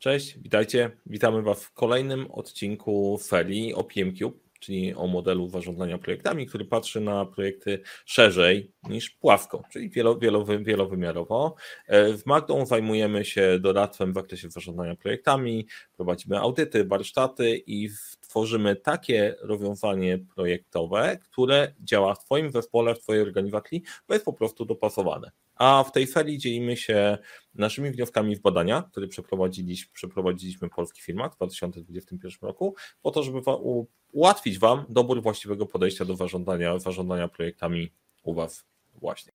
Cześć, witajcie. Witamy Was w kolejnym odcinku serii o PMCube, czyli o modelu zarządzania projektami, który patrzy na projekty szerzej niż płasko, czyli wielowymiarowo. Z Magdą zajmujemy się doradztwem w zakresie zarządzania projektami, prowadzimy audyty, warsztaty i tworzymy takie rozwiązanie projektowe, które działa w Twoim zespole, w Twojej organizacji, bo jest po prostu dopasowane. A w tej serii dzielimy się naszymi wnioskami z badania, które przeprowadziliśmy w polskich firmach w 2021 roku, po to, żeby ułatwić Wam dobór właściwego podejścia do zarządzania projektami u Was właśnie.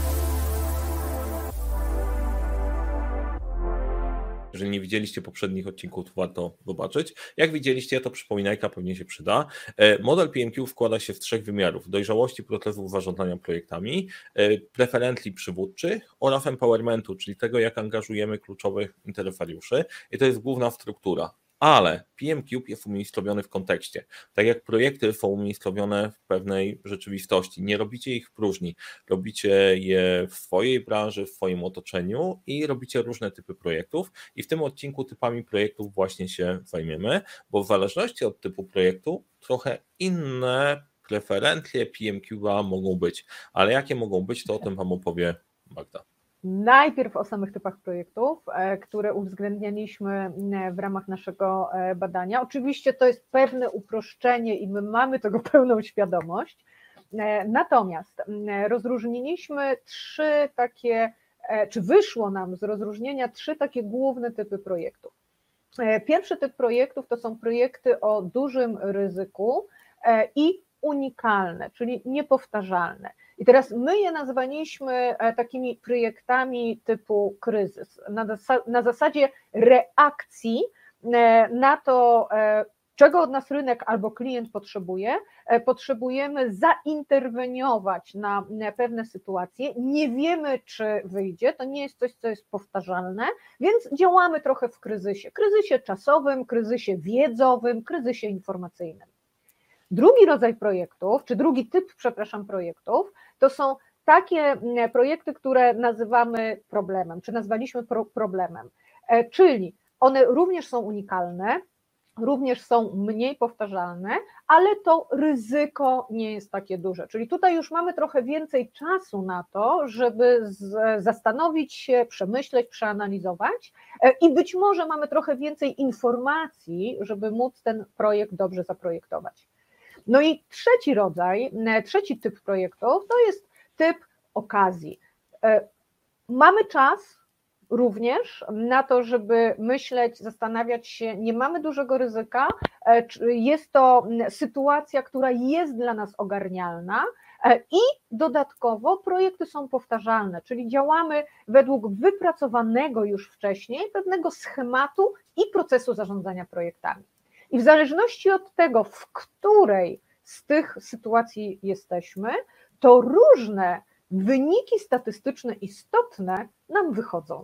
Jeżeli nie widzieliście poprzednich odcinków, to warto zobaczyć. Jak widzieliście, to przypominajka pewnie się przyda. Model PMQ składa się z 3 wymiarów: dojrzałości procesów zarządzania projektami, preferencji przywódczych oraz empowermentu, czyli tego, jak angażujemy kluczowych interesariuszy. I to jest główna struktura. Ale PMCube jest umiejscowiony w kontekście. Tak jak projekty są umiejscowione w pewnej rzeczywistości. Nie robicie ich w próżni. Robicie je w swojej branży, w swoim otoczeniu i robicie różne typy projektów. I w tym odcinku typami projektów właśnie się zajmiemy, bo w zależności od typu projektu trochę inne preferencje PMQ'a mogą być. Ale jakie mogą być, to o tym Wam opowie Magda. Najpierw o samych typach projektów, które uwzględnialiśmy w ramach naszego badania. Oczywiście to jest pewne uproszczenie i my mamy tego pełną świadomość, natomiast rozróżniliśmy wyszło nam z rozróżnienia 3 takie główne typy projektów. Pierwszy typ projektów to są projekty o dużym ryzyku i unikalne, czyli niepowtarzalne. I teraz my je nazwaliśmy takimi projektami typu kryzys, na zasadzie reakcji na to, czego od nas rynek albo klient potrzebuje. Potrzebujemy zainterweniować na pewne sytuacje, nie wiemy, czy wyjdzie, to nie jest coś, co jest powtarzalne, więc działamy trochę w kryzysie czasowym, kryzysie wiedzowym, kryzysie informacyjnym. Drugi rodzaj projektów, czy drugi typ, projektów, to są takie projekty, które nazywamy problemem, czy nazwaliśmy problemem, czyli one również są unikalne, również są mniej powtarzalne, ale to ryzyko nie jest takie duże. Czyli tutaj już mamy trochę więcej czasu na to, żeby zastanowić się, przemyśleć, przeanalizować i być może mamy trochę więcej informacji, żeby móc ten projekt dobrze zaprojektować. No i trzeci typ projektów to jest typ okazji. Mamy czas również na to, żeby myśleć, zastanawiać się, nie mamy dużego ryzyka, jest to sytuacja, która jest dla nas ogarnialna i dodatkowo projekty są powtarzalne, czyli działamy według wypracowanego już wcześniej pewnego schematu i procesu zarządzania projektami. I w zależności od tego, w której z tych sytuacji jesteśmy, to różne wyniki statystyczne istotne nam wychodzą.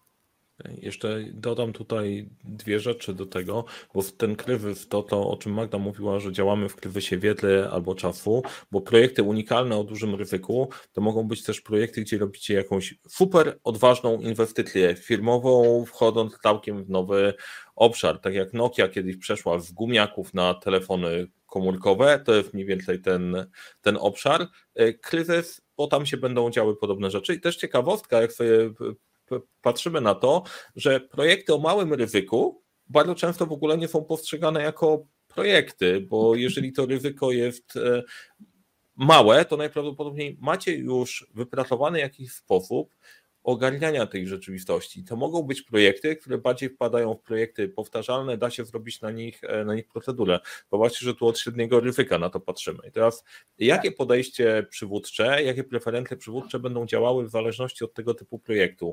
Jeszcze dodam tutaj 2 rzeczy do tego, bo ten kryzys, to o czym Magda mówiła, że działamy w kryzysie wiedzy albo czasu, bo projekty unikalne o dużym ryzyku to mogą być też projekty, gdzie robicie jakąś super odważną inwestycję firmową, wchodząc całkiem w nowy obszar, tak jak Nokia kiedyś przeszła z gumiaków na telefony komórkowe, to jest mniej więcej ten obszar. Kryzys, bo tam się będą działy podobne rzeczy i też ciekawostka, jak sobie patrzymy na to, że projekty o małym ryzyku bardzo często w ogóle nie są postrzegane jako projekty, bo jeżeli to ryzyko jest małe, to najprawdopodobniej macie już wypracowany jakiś sposób ogarniania tej rzeczywistości. To mogą być projekty, które bardziej wpadają w projekty powtarzalne, da się zrobić na nich procedurę. Zobaczcie, że tu od średniego ryzyka na to patrzymy. I teraz jakie podejście przywódcze, jakie preferencje przywódcze będą działały w zależności od tego typu projektu?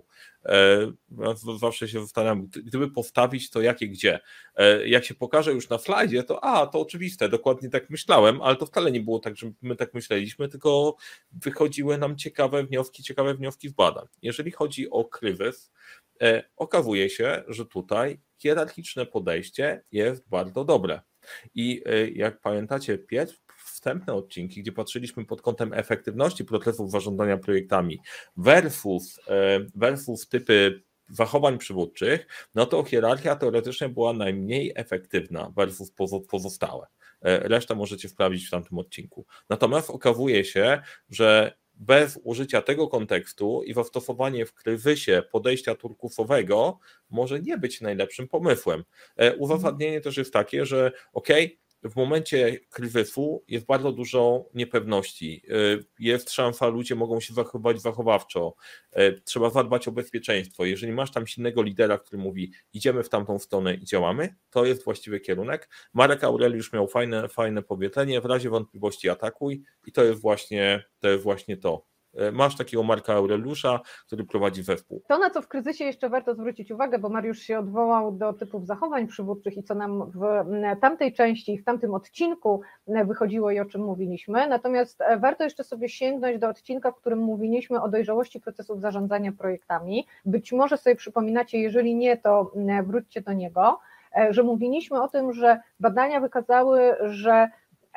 Zawsze się zastanawiam, gdyby postawić to jakie gdzie? Jak się pokaże już na slajdzie, to oczywiste, dokładnie tak myślałem, ale to wcale nie było tak, że my tak myśleliśmy, tylko wychodziły nam ciekawe wnioski z badań. Jeżeli chodzi o kryzys, okazuje się, że tutaj hierarchiczne podejście jest bardzo dobre. I jak pamiętacie, wstępne odcinki, gdzie patrzyliśmy pod kątem efektywności procesów zarządzania projektami versus typy zachowań przywódczych, no to hierarchia teoretycznie była najmniej efektywna versus pozostałe. Resztę możecie sprawdzić w tamtym odcinku. Natomiast okazuje się, że bez użycia tego kontekstu i zastosowanie w kryzysie podejścia turkusowego może nie być najlepszym pomysłem. Uzasadnienie też jest takie, że w momencie kryzysu jest bardzo dużo niepewności, jest szansa, ludzie mogą się zachować zachowawczo, trzeba zadbać o bezpieczeństwo. Jeżeli masz tam silnego lidera, który mówi idziemy w tamtą stronę i działamy, to jest właściwy kierunek. Marek Aureliusz miał fajne powiedzenie, w razie wątpliwości atakuj i to jest właśnie to. Masz takiego Marka Aureliusza, który prowadzi zespół. To, na co w kryzysie jeszcze warto zwrócić uwagę, bo Mariusz się odwołał do typów zachowań przywódczych i co nam w tamtej części i w tamtym odcinku wychodziło i o czym mówiliśmy, natomiast warto jeszcze sobie sięgnąć do odcinka, w którym mówiliśmy o dojrzałości procesów zarządzania projektami. Być może sobie przypominacie, jeżeli nie, to wróćcie do niego, że mówiliśmy o tym, że badania wykazały, że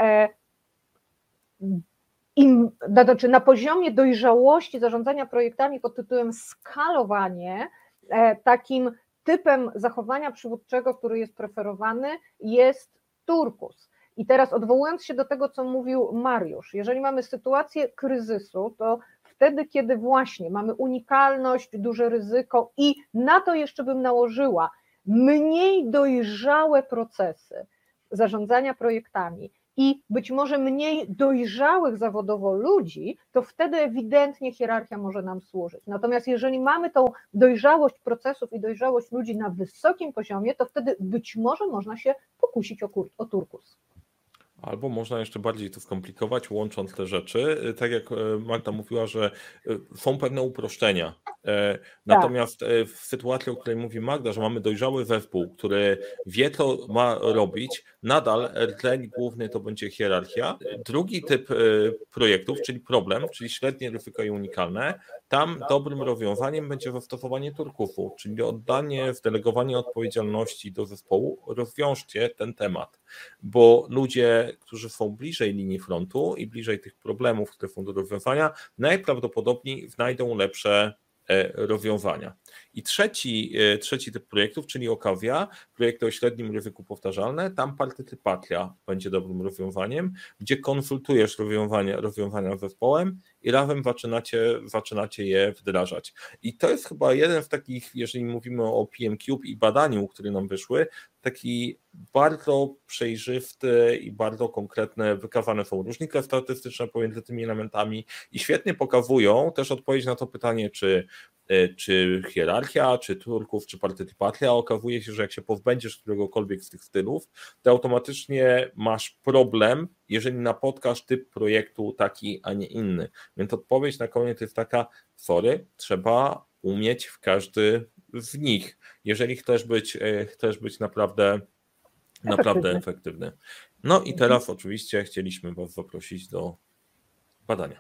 na poziomie dojrzałości zarządzania projektami pod tytułem skalowanie, takim typem zachowania przywódczego, który jest preferowany, jest turkus. I teraz odwołując się do tego, co mówił Mariusz, jeżeli mamy sytuację kryzysu, to wtedy, kiedy właśnie mamy unikalność, duże ryzyko i na to jeszcze bym nałożyła mniej dojrzałe procesy zarządzania projektami, i być może mniej dojrzałych zawodowo ludzi, to wtedy ewidentnie hierarchia może nam służyć. Natomiast jeżeli mamy tą dojrzałość procesów i dojrzałość ludzi na wysokim poziomie, to wtedy być może można się pokusić o turkus. Albo można jeszcze bardziej to skomplikować, łącząc te rzeczy. Tak jak Magda mówiła, że są pewne uproszczenia. Natomiast w sytuacji, o której mówi Magda, że mamy dojrzały zespół, który wie, co ma robić, nadal rdzeń główny to będzie hierarchia. Drugi typ projektów, czyli problem, czyli średnie ryzyko i unikalne, tam dobrym rozwiązaniem będzie zastosowanie turkusu, czyli oddanie, zdelegowanie odpowiedzialności do zespołu. Rozwiążcie ten temat, bo ludzie, którzy są bliżej linii frontu i bliżej tych problemów, które są do rozwiązania, najprawdopodobniej znajdą lepsze rozwiązania. I trzeci typ projektów, czyli okazja, projekty o średnim ryzyku powtarzalne, tam partycypacja będzie dobrym rozwiązaniem, gdzie konsultujesz rozwiązania z zespołem i razem zaczynacie je wdrażać. I to jest chyba jeden z takich, jeżeli mówimy o PMCube i badaniu, które nam wyszły, taki bardzo przejrzysty i bardzo konkretne, wykazane są różnice statystyczne pomiędzy tymi elementami i świetnie pokazują też odpowiedź na to pytanie, czy hierarchia, czy turkus, czy partycypacja. Okazuje się, że jak się pozbędziesz któregokolwiek z tych stylów, to automatycznie masz problem, jeżeli napotkasz typ projektu taki, a nie inny. Więc odpowiedź na koniec jest taka, trzeba umieć w każdy z nich, jeżeli chcesz być naprawdę efektywny. No i teraz oczywiście chcieliśmy Was zaprosić do badania.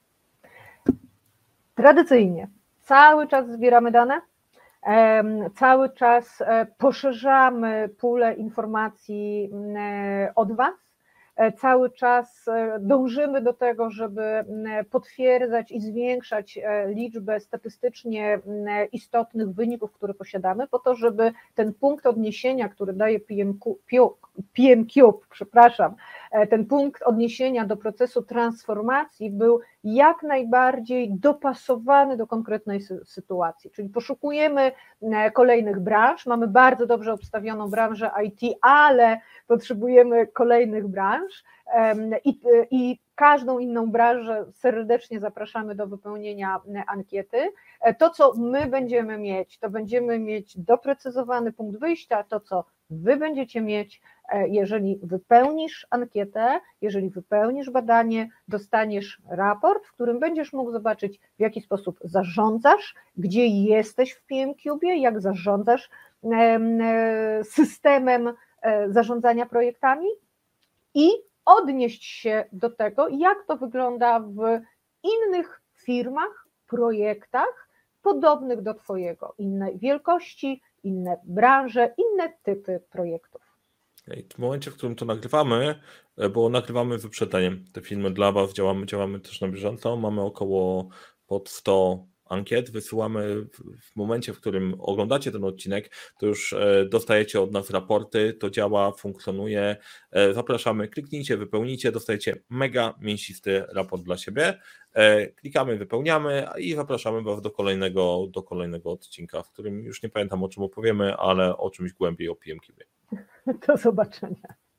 Tradycyjnie cały czas zbieramy dane, cały czas poszerzamy pulę informacji od Was, cały czas dążymy do tego, żeby potwierdzać i zwiększać liczbę statystycznie istotnych wyników, które posiadamy, po to, żeby ten punkt odniesienia, który daje PMCube, ten punkt odniesienia do procesu transformacji był jak najbardziej dopasowany do konkretnej sytuacji, czyli poszukujemy kolejnych branż, mamy bardzo dobrze obstawioną branżę IT, ale potrzebujemy kolejnych branż i każdą inną branżę serdecznie zapraszamy do wypełnienia ankiety. To, co my będziemy mieć, to będziemy mieć doprecyzowany punkt wyjścia, to, co Wy będziecie mieć, jeżeli wypełnisz ankietę, jeżeli wypełnisz badanie, dostaniesz raport, w którym będziesz mógł zobaczyć, w jaki sposób zarządzasz, gdzie jesteś w PMCube, jak zarządzasz systemem zarządzania projektami i odnieść się do tego, jak to wygląda w innych firmach, projektach podobnych do Twojego, innej wielkości, inne branże, inne typy projektów. W momencie, w którym to nagrywamy, bo nagrywamy wyprzedzeniem te filmy dla Was, działamy też na bieżąco, mamy około pod 100 ankiet, wysyłamy w momencie, w którym oglądacie ten odcinek, to już dostajecie od nas raporty, to działa, funkcjonuje, zapraszamy, kliknijcie, wypełnijcie, dostajecie mega mięsisty raport dla siebie, klikamy, wypełniamy i zapraszamy Was do kolejnego odcinka, w którym już nie pamiętam, o czym opowiemy, ale o czymś głębiej o PMQB. Do zobaczenia.